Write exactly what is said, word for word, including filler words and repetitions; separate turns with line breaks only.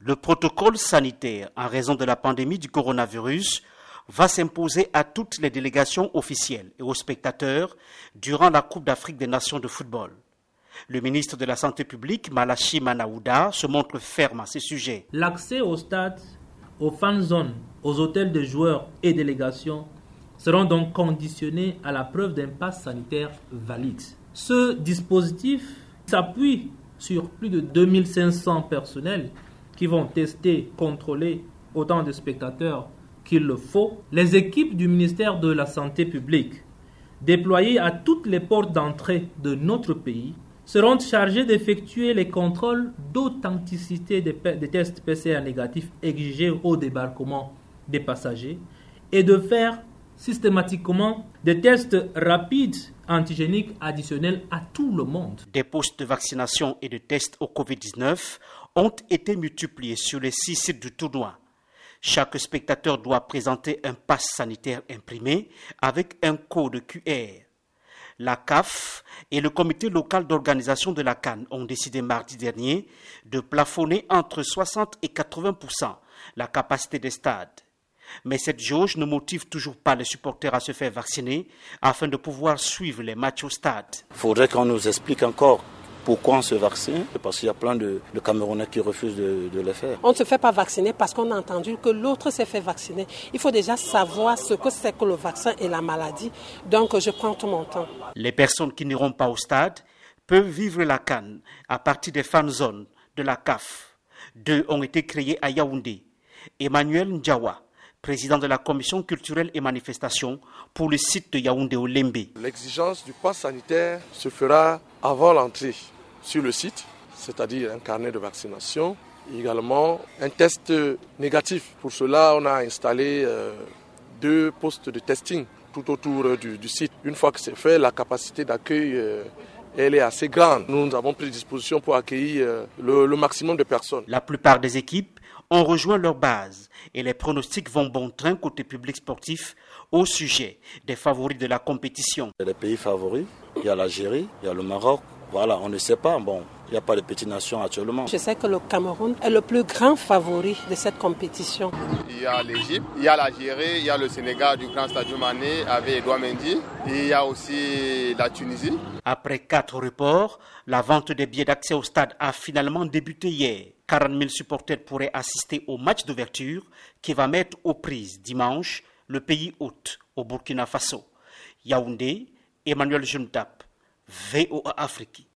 Le protocole sanitaire en raison de la pandémie du coronavirus va s'imposer à toutes les délégations officielles et aux spectateurs durant la Coupe d'Afrique des Nations de football. Le ministre de la Santé publique, Malachi Manaouda, se montre ferme à ce sujet.
L'accès au stade, aux fan zones, aux hôtels de joueurs et délégations seront donc conditionnés à la preuve d'un pass sanitaire valide. Ce dispositif s'appuie sur plus de deux mille cinq cents personnels qui vont tester, contrôler autant de spectateurs qu'il le faut. Les équipes du ministère de la Santé publique, déployées à toutes les portes d'entrée de notre pays, seront chargées d'effectuer les contrôles d'authenticité des, des tests P C R négatifs exigés au débarquement des passagers et de faire systématiquement des tests rapides antigéniques additionnels à tout le monde.
Des postes de vaccination et de tests au covid dix-neuf ont été multipliés sur les six sites du tournoi. Chaque spectateur doit présenter un pass sanitaire imprimé avec un code Q R. La C A F et le comité local d'organisation de la CAN ont décidé mardi dernier de plafonner entre soixante et quatre-vingts pour cent la capacité des stades. Mais cette jauge ne motive toujours pas les supporters à se faire vacciner afin de pouvoir suivre les matchs au stade.
Il faudrait qu'on nous explique encore pourquoi on se vaccine, parce qu'il y a plein de, de Camerounais qui refusent de, de le faire.
On ne se fait pas vacciner parce qu'on a entendu que l'autre s'est fait vacciner. Il faut déjà savoir ce que c'est que le vaccin et la maladie. Donc je prends tout mon temps.
Les personnes qui n'iront pas au stade peuvent vivre la CAN à partir des fan zones de la C A F. Deux ont été créées à Yaoundé. Emmanuel Ndjawa, président de la commission culturelle et manifestation pour le site de Yaoundé au Lembe.
L'exigence du pass sanitaire se fera avant l'entrée sur le site, c'est-à-dire un carnet de vaccination, et également un test négatif. Pour cela, on a installé euh, deux postes de testing tout autour du, du site. Une fois que c'est fait, la capacité d'accueil euh, elle est assez grande. Nous avons pris disposition pour accueillir euh, le, le maximum de personnes.
La plupart des équipes ont rejoint leur base et les pronostics vont bon train côté public sportif au sujet des favoris de la compétition.
Il y a des pays favoris, il y a l'Algérie, il y a le Maroc. Voilà, on ne sait pas. Bon, il n'y a pas de petites nations actuellement.
Je sais que le Cameroun est le plus grand favori de cette compétition.
Il y a l'Égypte, il y a l'Algérie, il y a le Sénégal du Grand Stade Mané avec Edouard Mendy. Et il y a aussi la Tunisie.
Après quatre reports, la vente des billets d'accès au stade a finalement débuté hier. quarante mille supporters pourraient assister au match d'ouverture qui va mettre aux prises dimanche le pays hôte au Burkina Faso. Yaoundé, Emmanuel Jumtap, V O A Afrique.